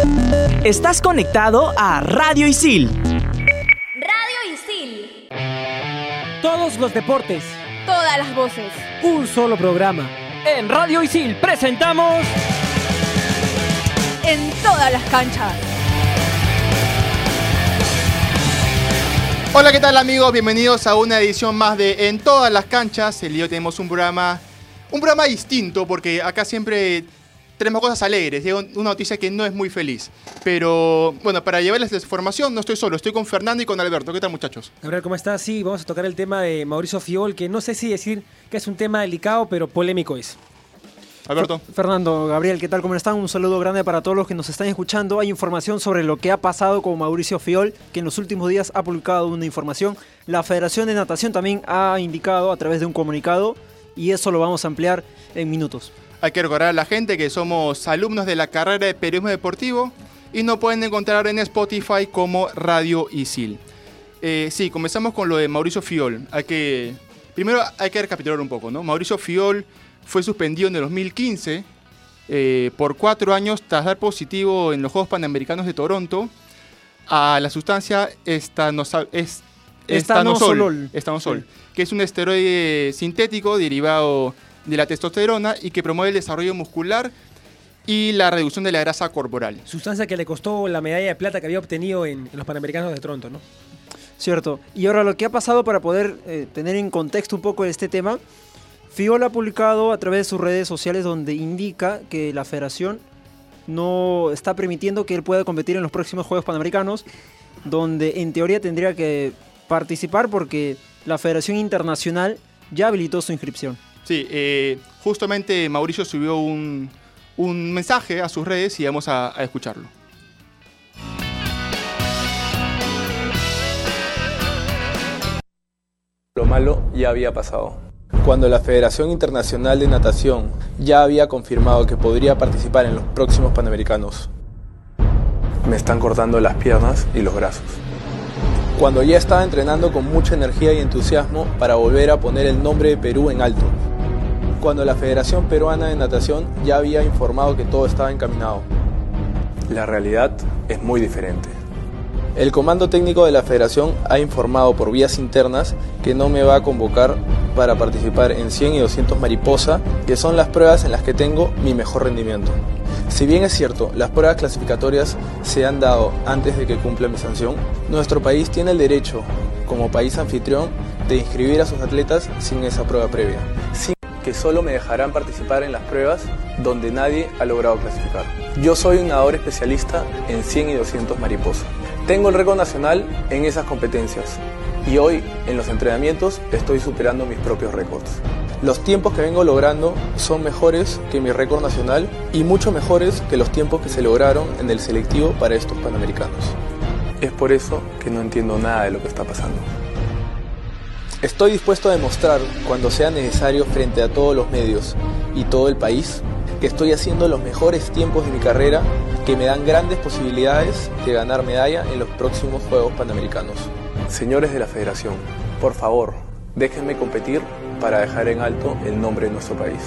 Estás conectado a Radio Isil. Radio Isil. Todos los deportes. Todas las voces. Un solo programa. En Radio Isil presentamos... En todas las canchas. Hola, ¿qué tal amigos? Bienvenidos a una edición más de En todas las canchas. El día de hoy tenemos un programa distinto porque acá siempre tenemos cosas alegres. Llega una noticia que no es muy feliz. Pero bueno, para llevarles la información no estoy solo, estoy con Fernando y con Alberto. ¿Qué tal, muchachos? Gabriel, ¿cómo estás? Sí, vamos a tocar el tema de Mauricio Fiol, que no sé si decir que es un tema delicado, pero polémico es. Alberto. Fernando, Gabriel, ¿qué tal? ¿Cómo están? Un saludo grande para todos los que nos están escuchando. Hay información sobre lo que ha pasado con Mauricio Fiol, que en los últimos días ha publicado una información. La Federación de Natación también ha indicado a través de un comunicado, y eso lo vamos a ampliar en minutos. Hay que recordar a la gente que somos alumnos de la carrera de Periodismo Deportivo y nos pueden encontrar en Spotify como Radio Isil. Sí, comenzamos con lo de Mauricio Fiol. Primero hay que recapitular un poco, ¿no? Mauricio Fiol fue suspendido en el 2015 por 4 años tras dar positivo en los Juegos Panamericanos de Toronto a la sustancia estanosol, que es un esteroide sintético derivado de la testosterona y que promueve el desarrollo muscular y la reducción de la grasa corporal. Sustancia que le costó la medalla de plata que había obtenido en los Panamericanos de Toronto, ¿no? Cierto. Y ahora lo que ha pasado, para poder tener en contexto un poco este tema, Fiol ha publicado a través de sus redes sociales donde indica que la federación no está permitiendo que él pueda competir en los próximos Juegos Panamericanos, donde en teoría tendría que participar porque la Federación Internacional ya habilitó su inscripción. Sí, justamente Mauricio subió un mensaje a sus redes y vamos a escucharlo. Lo malo ya había pasado. Cuando la Federación Internacional de Natación ya había confirmado que podría participar en los próximos Panamericanos, me están cortando las piernas y los brazos. Cuando ya estaba entrenando con mucha energía y entusiasmo para volver a poner el nombre de Perú en alto. Cuando la Federación Peruana de Natación ya había informado que todo estaba encaminado. La realidad es muy diferente. El comando técnico de la Federación ha informado por vías internas que no me va a convocar para participar en 100 y 200 mariposa, que son las pruebas en las que tengo mi mejor rendimiento. Si bien es cierto, las pruebas clasificatorias se han dado antes de que cumpla mi sanción, nuestro país tiene el derecho, como país anfitrión, de inscribir a sus atletas sin esa prueba previa. Sin que solo me dejarán participar en las pruebas donde nadie ha logrado clasificar. Yo soy un nadador especialista en 100 y 200 mariposa. Tengo el récord nacional en esas competencias y hoy en los entrenamientos estoy superando mis propios récords. Los tiempos que vengo logrando son mejores que mi récord nacional y mucho mejores que los tiempos que se lograron en el selectivo para estos Panamericanos. Es por eso que no entiendo nada de lo que está pasando. Estoy dispuesto a demostrar, cuando sea necesario frente a todos los medios y todo el país, que estoy haciendo los mejores tiempos de mi carrera que me dan grandes posibilidades de ganar medalla en los próximos Juegos Panamericanos. Señores de la Federación, por favor, déjenme competir para dejar en alto el nombre de nuestro país.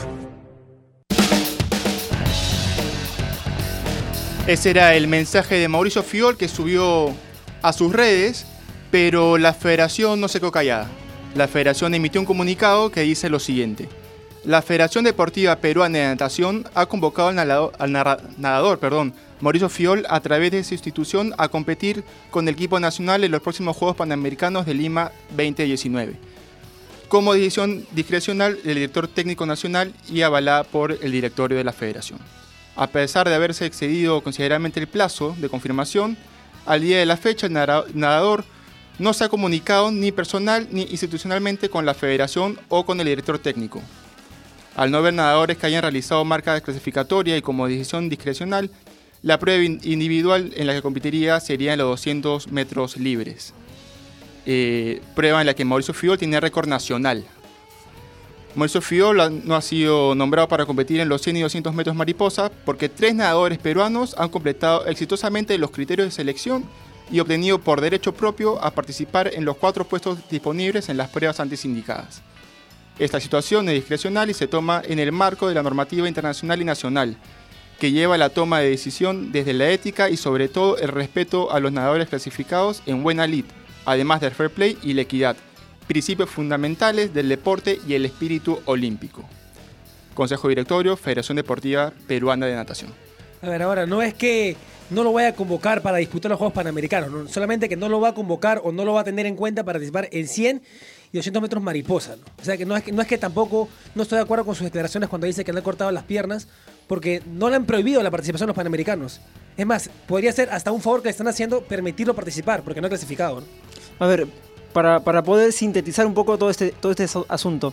Ese era el mensaje de Mauricio Fiol que subió a sus redes, pero la Federación no se quedó callada. La Federación emitió un comunicado que dice lo siguiente. La Federación Deportiva Peruana de Natación ha convocado al nadador Mauricio Fiol a través de su institución a competir con el equipo nacional en los próximos Juegos Panamericanos de Lima 2019. Como decisión discrecional del director técnico nacional y avalada por el directorio de la Federación. A pesar de haberse excedido considerablemente el plazo de confirmación, al día de la fecha el nadador no se ha comunicado ni personal ni institucionalmente con la Federación o con el director técnico. Al no haber nadadores que hayan realizado marca clasificatoria y como decisión discrecional, la prueba individual en la que competiría sería en los 200 metros libres. Prueba en la que Mauricio Fiol tiene récord nacional. Mauricio Fiol no ha sido nombrado para competir en los 100 y 200 metros mariposa porque 3 nadadores peruanos han completado exitosamente los criterios de selección y obtenido por derecho propio a participar en los 4 puestos disponibles en las pruebas antes indicadas. Esta situación es discrecional y se toma en el marco de la normativa internacional y nacional, que lleva la toma de decisión desde la ética y sobre todo el respeto a los nadadores clasificados en buena lid, además del fair play y la equidad, principios fundamentales del deporte y el espíritu olímpico. Consejo Directorio, Federación Deportiva Peruana de Natación. A ver, ahora, no es que no lo vaya a convocar para disputar los Juegos Panamericanos, no, solamente que no lo va a convocar o no lo va a tener en cuenta para participar en 100 y 200 metros mariposa, ¿no? O sea, que no es que tampoco no estoy de acuerdo con sus declaraciones cuando dice que le han cortado las piernas, porque no le han prohibido la participación en los Panamericanos. Es más, podría ser hasta un favor que le están haciendo permitirlo participar, porque no ha clasificado, ¿no? A ver, para poder sintetizar un poco todo este asunto,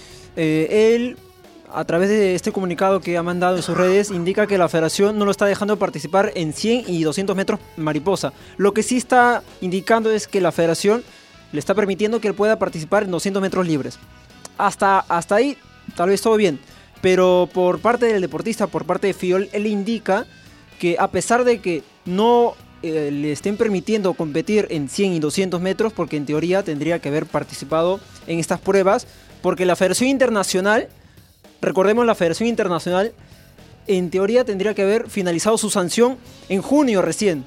él, a través de este comunicado que ha mandado en sus redes, indica que la federación no lo está dejando participar en 100 y 200 metros mariposa. Lo que sí está indicando es que la federación le está permitiendo que él pueda participar en 200 metros libres. Hasta ahí, tal vez todo bien. Pero por parte del deportista, por parte de FIOL, él indica que a pesar de que no le estén permitiendo competir en 100 y 200 metros, porque en teoría tendría que haber participado en estas pruebas, porque la Federación Internacional, recordemos, la Federación Internacional en teoría tendría que haber finalizado su sanción en junio recién.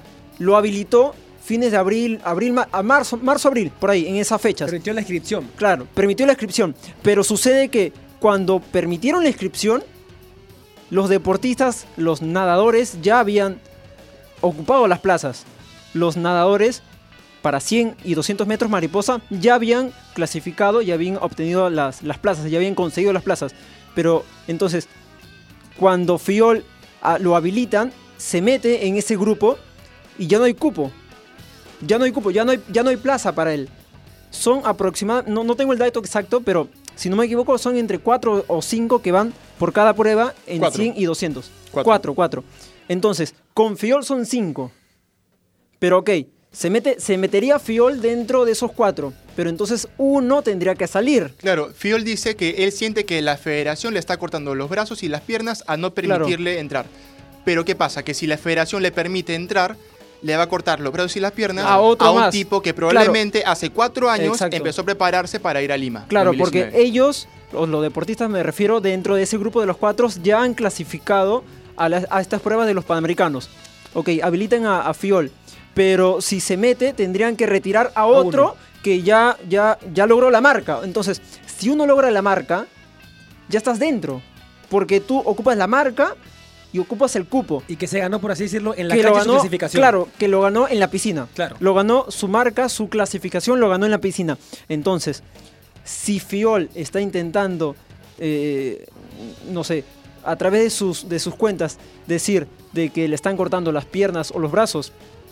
Lo habilitó fines de abril, marzo-abril, por ahí, en esas fechas. Permitió la inscripción. Claro, permitió la inscripción, pero sucede que cuando permitieron la inscripción, los deportistas, los nadadores ya habían ocupado las plazas. Los nadadores para 100 y 200 metros mariposa ya habían clasificado, ya habían obtenido las plazas, ya habían conseguido las plazas. Pero entonces, cuando FIOL lo habilitan, se mete en ese grupo y ya no hay cupo. Ya no hay plaza para él. Son aproximadamente, no tengo el dato exacto, pero si no me equivoco, son entre 4 o 5 que van por cada prueba en 100 y 200. 4. Entonces, con FIOL son 5. Pero ok, se metería FIOL dentro de esos 4. Pero entonces uno tendría que salir. Claro, FIOL dice que él siente que la federación le está cortando los brazos y las piernas a no permitirle entrar. Pero ¿qué pasa? Que si la federación le permite entrar, le va a cortar los brazos y las piernas a un tipo que probablemente hace 4 años empezó a prepararse para ir a Lima. Claro, porque ellos, los deportistas me refiero, dentro de ese grupo de los 4 ya han clasificado a estas pruebas de los Panamericanos. Ok, habilitan a FIOL, pero si se mete tendrían que retirar a otro que ya logró la marca. Entonces, si uno logra la marca, ya estás dentro, porque tú ocupas la marca y ocupas el cupo. Y que se ganó, por así decirlo, en la cancha de su clasificación. Claro, que lo ganó en la piscina. Claro. Lo ganó su marca, su clasificación, lo ganó en la piscina. Entonces, si FIOL está intentando, no sé, a través de sus cuentas, decir de que le están cortando las piernas o los brazos,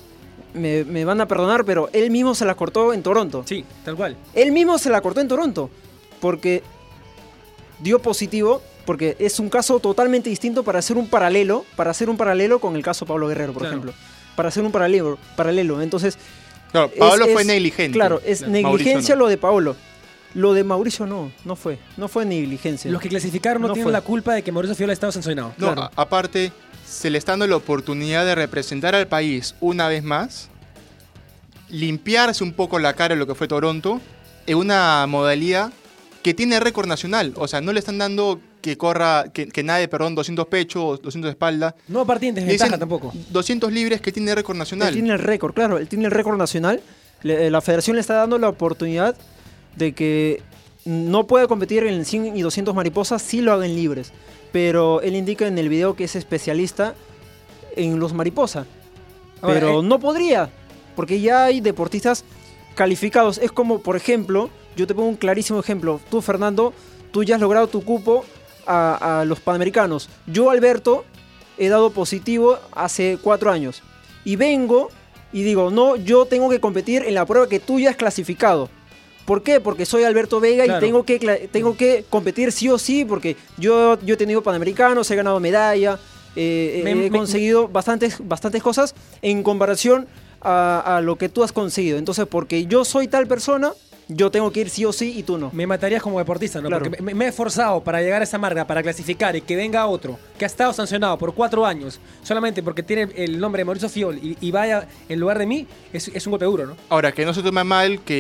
me van a perdonar, pero él mismo se la cortó en Toronto. Sí, tal cual. Él mismo se la cortó en Toronto, porque dio positivo. Porque es un caso totalmente distinto para hacer un paralelo con el caso Pablo Guerrero, por ejemplo. Para hacer un paralelo. Entonces, claro, Pablo fue negligente. Claro, es negligencia lo de Pablo. Lo de Mauricio no fue negligencia. Los que clasificaron no tienen la culpa de que Mauricio FIOL ha estado sancionado. No, claro. Aparte, se le está dando la oportunidad de representar al país una vez más, limpiarse un poco la cara de lo que fue Toronto, en una modalidad que tiene récord nacional. O sea, no le están dando que corra, que nade, 200 pechos, 200 de espalda. No partir en desventaja tampoco. 200 libres que tiene récord nacional. Él tiene el récord, claro, él tiene el récord nacional. La federación le está dando la oportunidad de que no pueda competir en el 100 y 200 mariposas, sí lo hagan libres. Pero él indica en el video que es especialista en los mariposa. Pero no podría, porque ya hay deportistas calificados. Es como, por ejemplo, yo te pongo un clarísimo ejemplo. Tú, Fernando, tú ya has logrado tu cupo a los Panamericanos. Yo, Alberto, he dado positivo hace 4 años. Y vengo y digo, no, yo tengo que competir en la prueba que tú ya has clasificado. ¿Por qué? Porque soy Alberto Vega, claro, y tengo que competir sí o sí, porque yo he tenido Panamericanos, he ganado medalla, he conseguido bastantes cosas en comparación a lo que tú has conseguido. Entonces, porque yo soy tal persona, yo tengo que ir sí o sí y tú no. Me matarías como deportista, ¿no? Claro. Porque me he esforzado para llegar a esa marca, para clasificar y que venga otro que ha estado sancionado por 4 años solamente porque tiene el nombre de Mauricio FIOL y vaya en lugar de mí, es un golpe duro, ¿no? Ahora, que no se tome mal que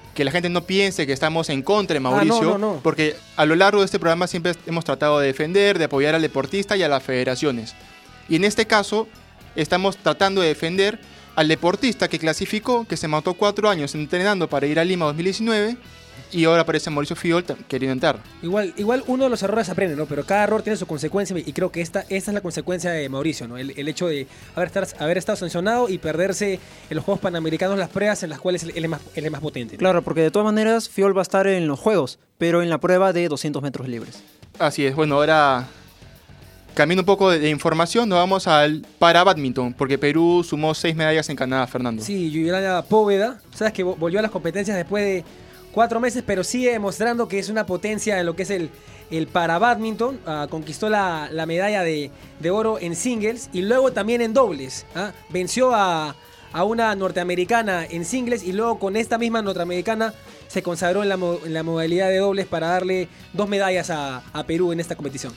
que la gente no piense que estamos en contra de Mauricio, no. porque a lo largo de este programa siempre hemos tratado de defender, de apoyar al deportista y a las federaciones. Y en este caso estamos tratando de defender al deportista que clasificó, que se mató 4 años entrenando para ir a Lima 2019 y ahora aparece Mauricio Fiol queriendo entrar. Igual uno de los errores aprende, ¿no? Pero cada error tiene su consecuencia y creo que esta es la consecuencia de Mauricio, ¿no? El hecho de haber estado sancionado y perderse en los Juegos Panamericanos las pruebas en las cuales él es más potente, ¿no? Claro, porque de todas maneras Fiol va a estar en los Juegos, pero en la prueba de 200 metros libres. Así es, bueno, ahora cambiando un poco de información, nos vamos al para badminton, porque Perú sumó 6 medallas en Canadá, Fernando. Sí, Juliana Póveda, sabes que volvió a las competencias después de 4 meses, pero sigue demostrando que es una potencia en lo que es el para badminton. Conquistó la medalla de oro en singles y luego también en dobles. Venció a una norteamericana en singles y luego con esta misma norteamericana se consagró en la modalidad de dobles para darle 2 medallas a Perú en esta competición.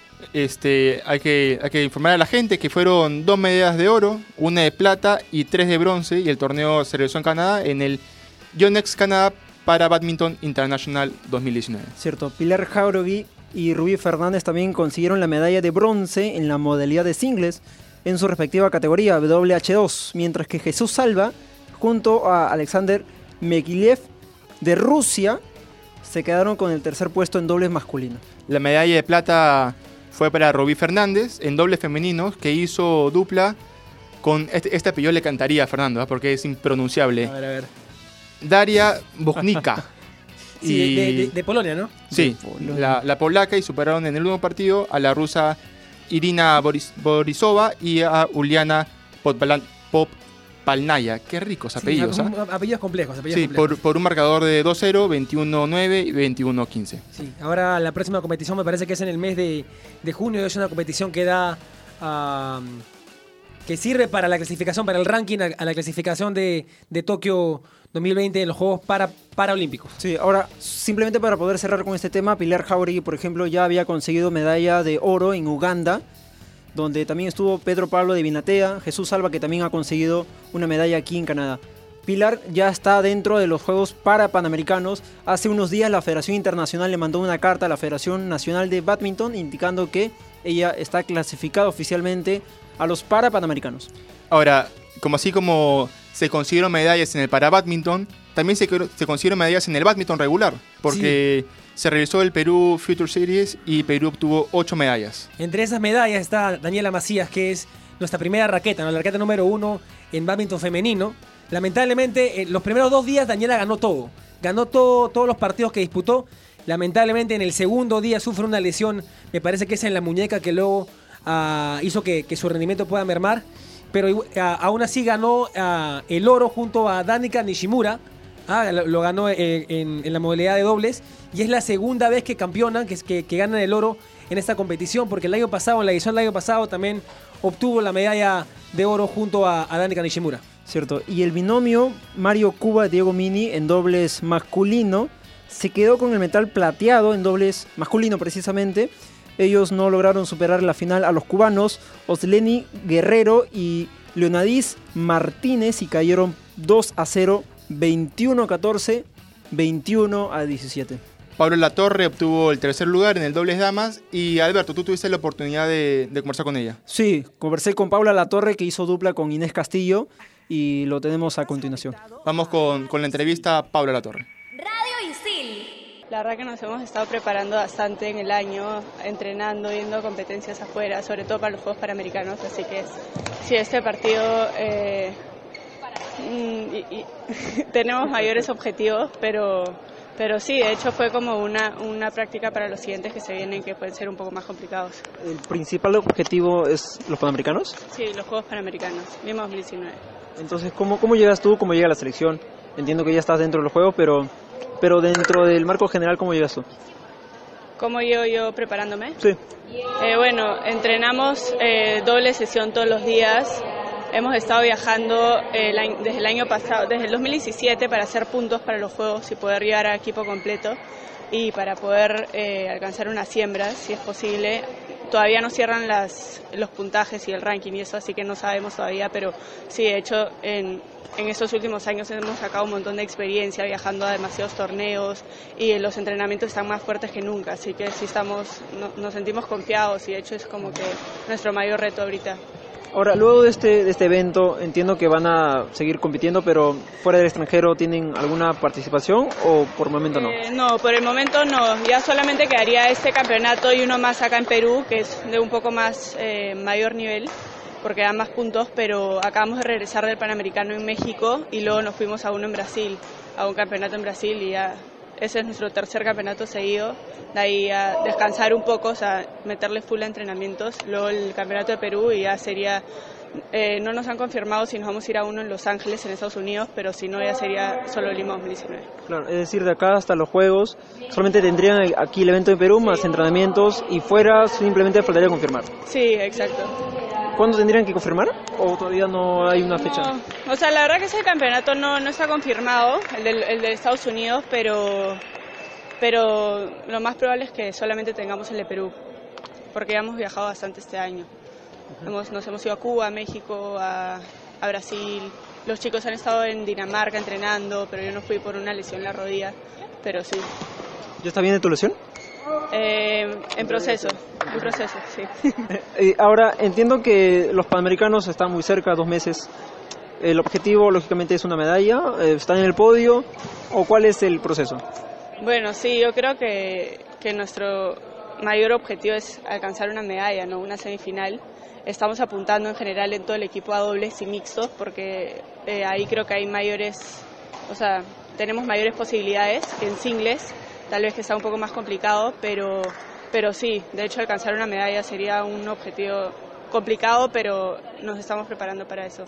Hay que informar a la gente que fueron 2 medallas de oro, 1 de plata y 3 de bronce, y el torneo se realizó en Canadá en el Yonex Canadá para Badminton International 2019. Cierto, Pilar Jauregui y Rubí Fernández también consiguieron la medalla de bronce en la modalidad de singles en su respectiva categoría WH2, mientras que Jesús Salva junto a Alexander Mekilev de Rusia se quedaron con el tercer puesto en dobles masculino. La medalla de plata fue para Rubí Fernández en dobles femeninos, que hizo dupla con este apellido le cantaría a Fernando, porque es impronunciable. A ver. Daria Bujnica. Sí, de Polonia, ¿no? Sí, la polaca, y superaron en el último partido a la rusa Irina Borisova y a Uliana Podpalnaya. Qué ricos apellidos, sí, apellidos complejos. Sí, por un marcador de 2-0, 21-9 y 21-15. Sí, ahora la próxima competición me parece que es en el mes de junio. Es una competición que da que sirve para la clasificación, para el ranking, a la clasificación de Tokio 2020 en los Juegos Paralímpicos. Sí, ahora, simplemente para poder cerrar con este tema, Pilar Jauregui, por ejemplo, ya había conseguido medalla de oro en Uganda, donde también estuvo Pedro Pablo de Vinatea, Jesús Salva, que también ha conseguido una medalla aquí en Canadá. Pilar ya está dentro de los Juegos Panamericanos. Hace unos días la Federación Internacional le mandó una carta a la Federación Nacional de Badminton indicando que ella está clasificada oficialmente a los Panamericanos. Ahora, así como se consiguieron medallas en el para badminton, también se consiguieron medallas en el badminton regular, porque se realizó el Perú Future Series y Perú obtuvo 8 medallas. Entre esas medallas está Daniela Macías, que es nuestra primera raqueta, ¿no? La raqueta número 1 en badminton femenino. Lamentablemente, en los primeros 2 días Daniela ganó todo. Ganó todos los partidos que disputó. Lamentablemente, en el segundo día sufre una lesión, me parece que es en la muñeca, que luego hizo que su rendimiento pueda mermar. Pero aún así ganó el oro junto a Danica Nishimura. Lo ganó en la modalidad de dobles. Y es la segunda vez que campeonan, que ganan el oro en esta competición. Porque en la edición del año pasado también obtuvo la medalla de oro junto a Danica Nishimura. Cierto. Y el binomio Mario Cuba-Diego Mini en dobles masculino se quedó con el metal plateado en dobles masculino precisamente. Ellos no lograron superar la final a los cubanos Osleni Guerrero y Leonadis Martínez y cayeron 2-0, 21-14, 21-17. Pablo Latorre obtuvo el tercer lugar en el dobles damas. Y Alberto, tú tuviste la oportunidad de conversar con ella. Sí, conversé con Paula Latorre, que hizo dupla con Inés Castillo, y lo tenemos a continuación. Vamos con la entrevista a Paula Latorre. Radio Isil. La verdad que nos hemos estado preparando bastante en el año, entrenando, yendo a competencias afuera, sobre todo para los Juegos Panamericanos, así que sí, este partido tenemos mayores objetivos, pero sí, de hecho fue como una práctica para los siguientes que se vienen, que pueden ser un poco más complicados. ¿El principal objetivo es los Panamericanos? Sí, los Juegos Panamericanos, Lima 2019. Entonces, ¿cómo llegas tú? ¿Cómo llega la selección? Entiendo que ya estás dentro de los Juegos, pero dentro del marco general, ¿cómo llegas tú? ¿Cómo llego yo preparándome? Sí. Bueno, entrenamos doble sesión todos los días. Hemos estado viajando desde el año pasado, desde el 2017, para hacer puntos para los Juegos y poder llegar a equipo completo y para poder alcanzar unas siembras, si es posible. todavía no cierran los puntajes y el ranking y eso, así que no sabemos todavía, pero sí, de hecho, en estos últimos años hemos sacado un montón de experiencia viajando a demasiados torneos y los entrenamientos están más fuertes que nunca, así que sí nos sentimos confiados y de hecho es como que nuestro mayor reto ahorita. Ahora, luego de este evento, entiendo que van a seguir compitiendo, pero fuera del extranjero, ¿tienen alguna participación o por el momento no? No, por el momento no. Ya solamente quedaría este campeonato y uno más acá en Perú, que es de un poco más mayor nivel, porque dan más puntos, pero acabamos de regresar del Panamericano en México y luego nos fuimos a uno en Brasil, a un campeonato en Brasil y ya ese es nuestro tercer campeonato seguido. De ahí a descansar un poco, o sea, meterle full a entrenamientos, luego el campeonato de Perú y ya sería, no nos han confirmado si nos vamos a ir a uno en Los Ángeles, en Estados Unidos, pero si no ya sería solo Lima 2019. Claro, es decir, de acá hasta los Juegos, solamente tendrían aquí el evento de Perú, más entrenamientos y fuera simplemente faltaría confirmar. Sí, exacto. ¿Cuándo tendrían que confirmar o todavía no hay una fecha? No, o sea, la verdad que ese campeonato no está confirmado, el de Estados Unidos, pero lo más probable es que solamente tengamos el de Perú, porque ya hemos viajado bastante este año. Nos hemos ido a Cuba, a México, a Brasil. Los chicos han estado en Dinamarca entrenando, pero yo no fui por una lesión en la rodilla, pero sí. ¿Ya está bien de tu lesión? En proceso, sí. Ahora, entiendo que los Panamericanos están muy cerca, 2 meses. El objetivo, lógicamente, es una medalla. ¿Están en el podio o cuál es el proceso? Bueno, sí, yo creo que nuestro mayor objetivo es alcanzar una medalla, ¿no? Una semifinal. Estamos apuntando en general en todo el equipo a dobles y mixtos porque ahí creo que hay tenemos mayores posibilidades que en singles, tal vez que está un poco más complicado, pero sí, de hecho alcanzar una medalla sería un objetivo complicado, pero nos estamos preparando para eso.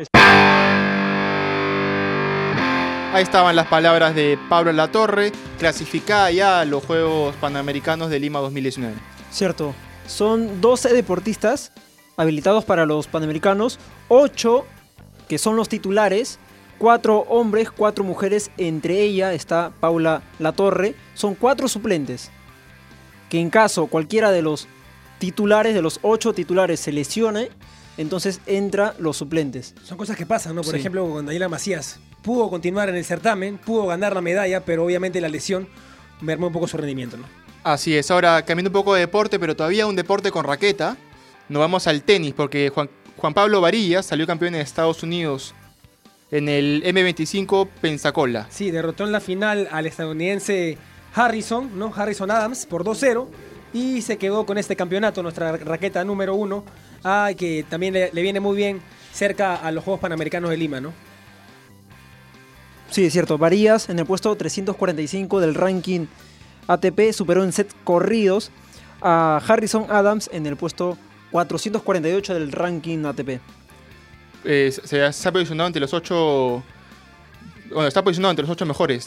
Ahí estaban las palabras de Pablo Latorre, clasificada ya a los Juegos Panamericanos de Lima 2019. Cierto, son 12 deportistas habilitados para los Panamericanos, 8 que son los titulares, 4 hombres, 4 mujeres, entre ellas está Paula Latorre, son 4 suplentes, que en caso cualquiera de los titulares, de los 8 titulares se lesione, entonces entra los suplentes. Son cosas que pasan, ¿no? Por Sí. ejemplo, con Daniela Macías pudo continuar en el certamen, pudo ganar la medalla, pero obviamente la lesión mermó un poco su rendimiento, ¿no? Así es, ahora cambiando un poco de deporte, pero todavía un deporte con raqueta. Nos vamos al tenis, porque Juan Pablo Varillas salió campeón en Estados Unidos en el M25 Pensacola. Sí, derrotó en la final al estadounidense Harrison, ¿no? Harrison Adams por 2-0 y se quedó con este campeonato, nuestra raqueta número 1, que también le viene muy bien cerca a los Juegos Panamericanos de Lima, ¿no? Sí, es cierto, Varillas en el puesto 345 del ranking ATP superó en set corridos a Harrison Adams en el puesto 448 del ranking ATP. Se ha posicionado entre los 8. Bueno, está posicionado entre los 8 mejores.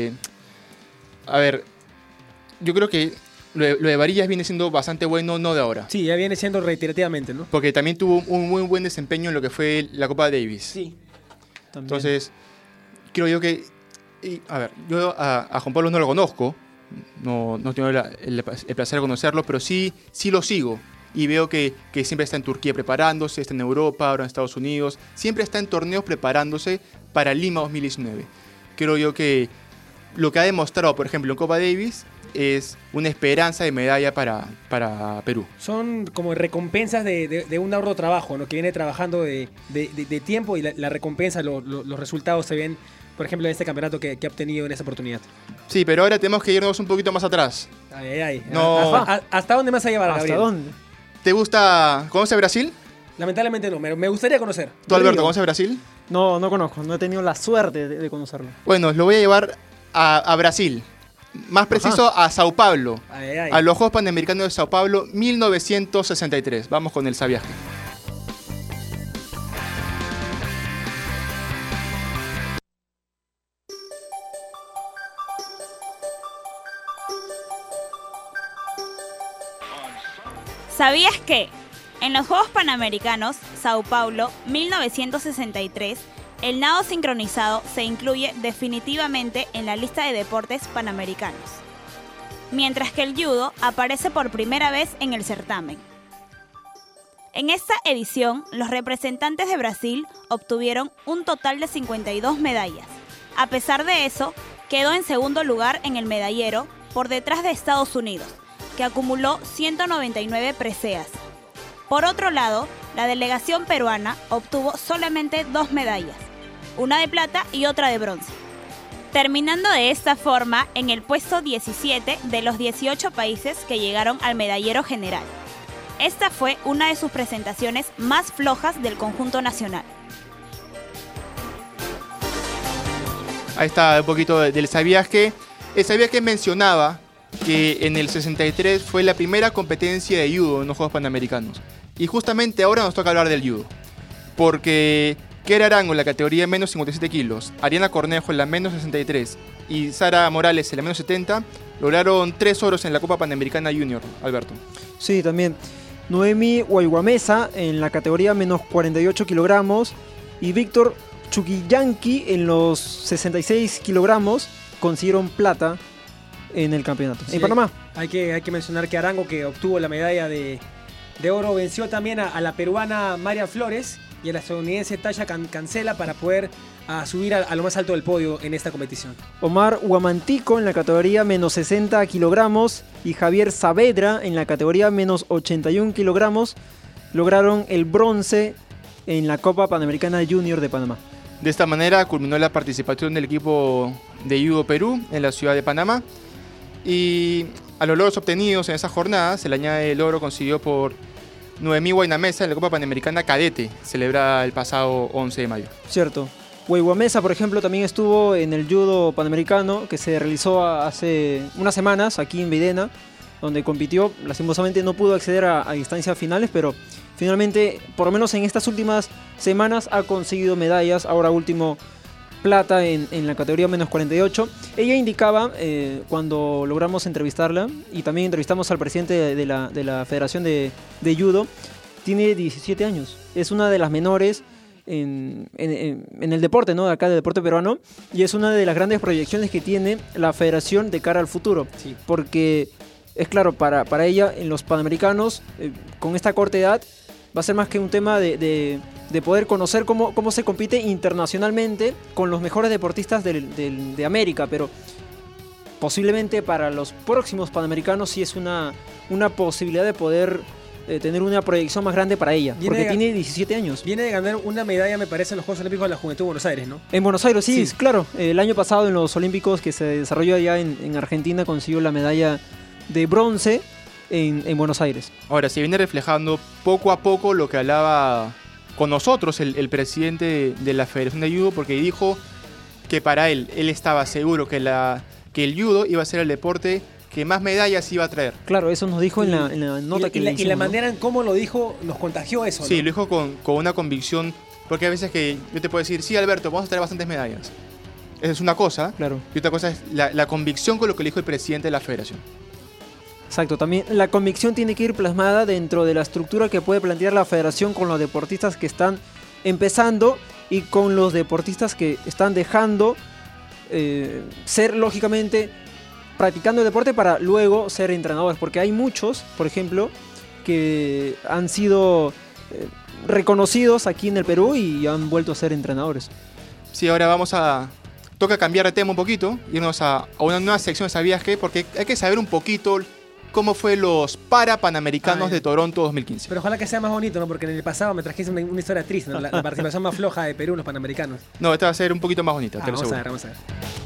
A ver, yo creo que lo de Varillas viene siendo bastante bueno, no de ahora. Sí, ya viene siendo reiterativamente, ¿no? Porque también tuvo un muy buen desempeño en lo que fue la Copa Davis. Sí. También. Entonces, creo yo que. A ver, yo a Juan Pablo no lo conozco. No tengo el placer de conocerlo, pero sí lo sigo. Y veo que siempre está en Turquía preparándose, está en Europa, ahora en Estados Unidos. Siempre está en torneos preparándose para Lima 2019. Creo yo que lo que ha demostrado, por ejemplo, en Copa Davis es una esperanza de medalla para Perú. Son como recompensas de un arduo trabajo, ¿no? Que viene trabajando de tiempo y la recompensa, los resultados se ven, por ejemplo, en este campeonato que ha obtenido en esta oportunidad. Sí, pero ahora tenemos que irnos un poquito más atrás. Ay. No. ¿Hasta dónde me vas a llevar, ¿Hasta Gabriel? dónde? ¿Te gusta? ¿Conoces Brasil? Lamentablemente no, me gustaría conocer. ¿Tú, Alberto, Río. conoces Brasil? No conozco, no he tenido la suerte de conocerlo. Bueno, lo voy a llevar a Brasil. Más preciso, a Sao Paulo. Ay. A los Juegos Panamericanos de Sao Paulo, 1963. Vamos con el Sabiaje. ¿Sabías que en los Juegos Panamericanos Sao Paulo 1963 el nado sincronizado se incluye definitivamente en la lista de deportes panamericanos? mientras que el judo aparece por primera vez en el certamen. En esta edición, los representantes de Brasil obtuvieron un total de 52 medallas. A pesar de eso, quedó en segundo lugar en el medallero, por detrás de Estados Unidos, que acumuló 199 preseas. Por otro lado, la delegación peruana obtuvo solamente 2 medallas, una de plata y otra de bronce, terminando de esta forma en el puesto 17 de los 18 países que llegaron al medallero general. Esta fue una de sus presentaciones más flojas del conjunto nacional. Ahí está un poquito del ¿sabías qué? El ¿sabías qué? Mencionaba que en el 63 fue la primera competencia de judo en los Juegos Panamericanos. Y justamente ahora nos toca hablar del judo. Porque Kera Arango en la categoría de menos 57 kilos, Ariana Cornejo en la menos 63 y Sara Morales en la menos 70 lograron 3 oros en la Copa Panamericana Junior, Alberto. Sí, también. Noemi Guayguamesa en la categoría menos 48 kilogramos y Víctor Chuquillanqui en los 66 kilogramos consiguieron plata en el campeonato. Sí, en Panamá. Hay que mencionar que Arango, que obtuvo la medalla de oro, venció también a la peruana María Flores y a la estadounidense Tasha Cancela para poder subir a lo más alto del podio en esta competición. Omar Huamantico en la categoría menos 60 kilogramos y Javier Saavedra en la categoría menos 81 kilogramos lograron el bronce en la Copa Panamericana Junior de Panamá. De esta manera culminó la participación del equipo de judo Perú en la ciudad de Panamá. Y a los logros obtenidos en esa jornada se le añade el oro conseguido por Noemí Guaynamesa en la Copa Panamericana Cadete, celebrada el pasado 11 de mayo. Cierto. Guayguamesa, por ejemplo, también estuvo en el judo panamericano que se realizó hace unas semanas aquí en Videna, donde compitió. Lastimosamente no pudo acceder a instancias finales, pero finalmente, por lo menos en estas últimas semanas, ha conseguido medallas. Ahora último, plata en la categoría menos 48. Ella indicaba, cuando logramos entrevistarla, y también entrevistamos al presidente de la Federación de Judo, tiene 17 años. Es una de las menores en el deporte, ¿no? De acá, del deporte peruano, y es una de las grandes proyecciones que tiene la federación de cara al futuro. Sí. Porque es claro, para ella, en los Panamericanos, con esta corta edad, va a ser más que un tema de poder conocer cómo se compite internacionalmente con los mejores deportistas de América, pero posiblemente para los próximos Panamericanos sí es una posibilidad de poder tener una proyección más grande para ella, porque tiene 17 años. Viene de ganar una medalla, me parece, en los Juegos Olímpicos de la Juventud de Buenos Aires, ¿no? En Buenos Aires, sí, claro. El año pasado en los Olímpicos que se desarrolló allá en Argentina consiguió la medalla de bronce en Buenos Aires. Ahora, se viene reflejando poco a poco lo que hablaba con nosotros el presidente de la Federación de Judo, porque dijo que para él estaba seguro que el judo iba a ser el deporte que más medallas iba a traer. Claro, eso nos dijo en la nota que le hicimos. Y la manera en cómo lo dijo nos contagió eso, ¿no? Sí, lo dijo con una convicción, porque a veces que yo te puedo decir, sí, Alberto, vamos a traer bastantes medallas. Esa es una cosa, claro. Y otra cosa es la convicción con lo que le dijo el presidente de la Federación. Exacto, también la convicción tiene que ir plasmada dentro de la estructura que puede plantear la federación con los deportistas que están empezando y con los deportistas que están dejando ser, lógicamente, practicando el deporte para luego ser entrenadores, porque hay muchos, por ejemplo, que han sido reconocidos aquí en el Perú y han vuelto a ser entrenadores. Sí, ahora toca cambiar de tema un poquito, irnos a una nueva sección, ¿sabías qué? Porque hay que saber un poquito cómo fue los Parapanamericanos de Toronto 2015. Pero ojalá que sea más bonito, ¿no? Porque en el pasado me trajiste una historia triste, ¿no? La participación más floja de Perú en los Panamericanos. No, esta va a ser un poquito más bonita, te lo vamos aseguro. Vamos a ver.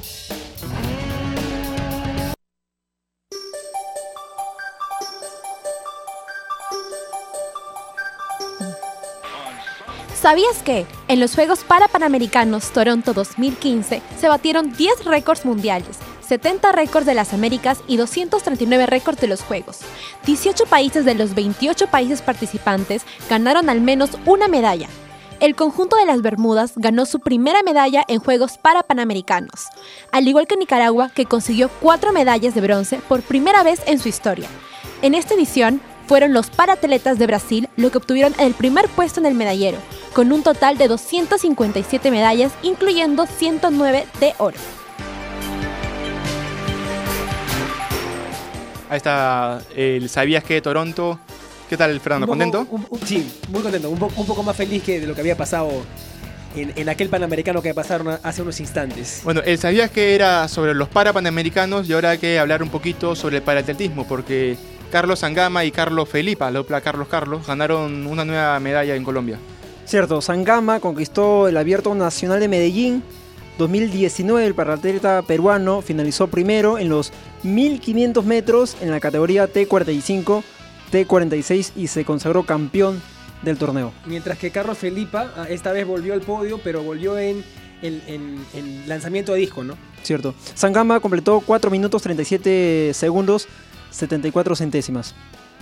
¿Sabías que en los Juegos Parapanamericanos Toronto 2015 se batieron 10 récords mundiales, 70 récords de las Américas y 239 récords de los Juegos? 18 países de los 28 países participantes ganaron al menos una medalla. El conjunto de las Bermudas ganó su primera medalla en Juegos Parapanamericanos, al igual que Nicaragua, que consiguió 4 medallas de bronce por primera vez en su historia. En esta edición, fueron los paratletas de Brasil los que obtuvieron el primer puesto en el medallero, con un total de 257 medallas, incluyendo 109 de oro. Ahí está el ¿Sabías qué de Toronto? ¿Qué tal, Fernando? ¿Contento? Sí, muy contento. Un poco más feliz que de lo que había pasado en aquel Panamericano que pasaron hace unos instantes. Bueno, el ¿Sabías que era sobre los parapanamericanos? Y ahora hay que hablar un poquito sobre el paraatletismo, porque Carlos Sangama y Carlos Felipa, la dupla Carlos, ganaron una nueva medalla en Colombia. Cierto, Sangama conquistó el Abierto Nacional de Medellín 2019. El paratleta peruano finalizó primero en los 1500 metros en la categoría T45, T46 y se consagró campeón del torneo. Mientras que Carlos Felipa esta vez volvió al podio, pero volvió en lanzamiento de disco, ¿no? Cierto. Sangama completó 4 minutos 37 segundos 74 centésimas.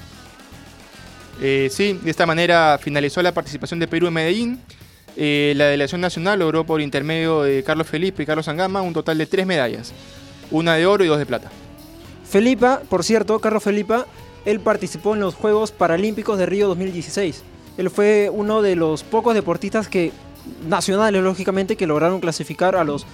Sí, de esta manera finalizó la participación de Perú en Medellín. La delegación nacional logró por intermedio de Carlos Felipe y Carlos Sangama un total de 3 medallas, una de oro y 2 de plata. Felipa, por cierto, Carlos Felipa, él participó en los Juegos Paralímpicos de Río 2016. Él fue uno de los pocos deportistas nacionales, lógicamente, que lograron clasificar a los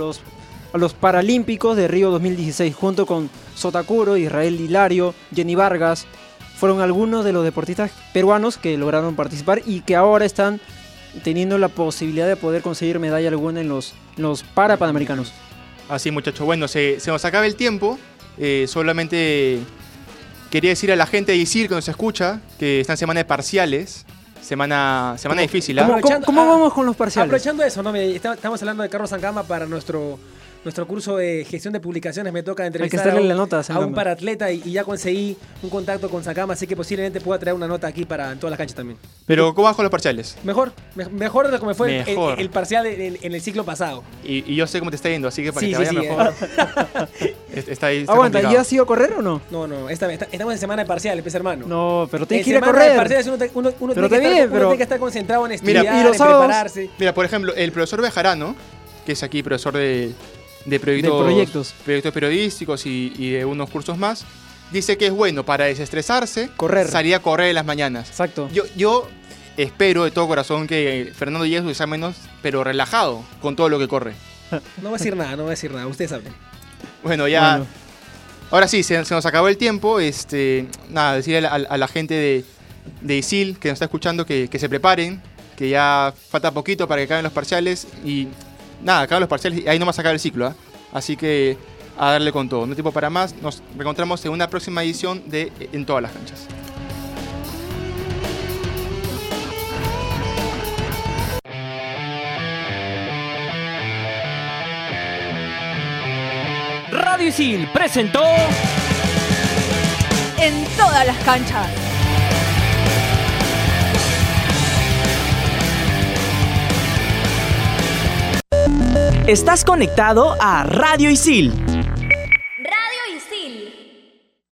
Paralímpicos de Río 2016, junto con Sotakuro, Israel Hilario, Jenny Vargas. Fueron algunos de los deportistas peruanos que lograron participar y que ahora están teniendo la posibilidad de poder conseguir medalla alguna en los Parapanamericanos. Así, muchachos. Bueno, se nos acaba el tiempo. Solamente quería decir a la gente de ISIL que nos escucha que están semana de parciales. Semana difícil, ¿eh? ¿Cómo vamos con los parciales? Aprovechando eso, ¿no? Estamos hablando de Carlos Sangama para nuestro curso de gestión de publicaciones. Me toca entrevistar a un paratleta y ya conseguí un contacto con Sangama, así que posiblemente pueda traer una nota aquí para en todas las canchas también. Pero ¿cómo vas con los parciales? Mejor de como fue el parcial en el ciclo pasado. Y yo sé cómo te está yendo, así que para que te vaya mejor. Está Aguanta, complicado. ¿ya has ido a correr o no? No, estamos en semana de parciales, pues, hermano. No, pero tienes que ir a correr. En parciales uno tiene que estar concentrado en estudiar, mira, y los en sábados, prepararse. Mira, por ejemplo, el profesor Bejarano, que es aquí profesor de proyectos periodísticos y de unos cursos más, dice que es bueno para desestresarse salir a correr en las mañanas. Exacto. Yo espero de todo corazón que Fernando llegue a sus exámenes, pero relajado con todo lo que corre. No va a decir nada, ustedes saben. Bueno, ya. Bueno. Ahora sí, se nos acabó el tiempo. Nada, decirle a la gente de ISIL que nos está escuchando que se preparen, que ya falta poquito para que acaben los parciales y nada, acaban los parciales y ahí nomás acaba el ciclo, ¿eh? Así que a darle con todo. No hay tiempo para más. Nos reencontramos en una próxima edición de En Todas las Canchas. Radio Isil presentó En Todas las Canchas. Estás conectado a Radio Isil.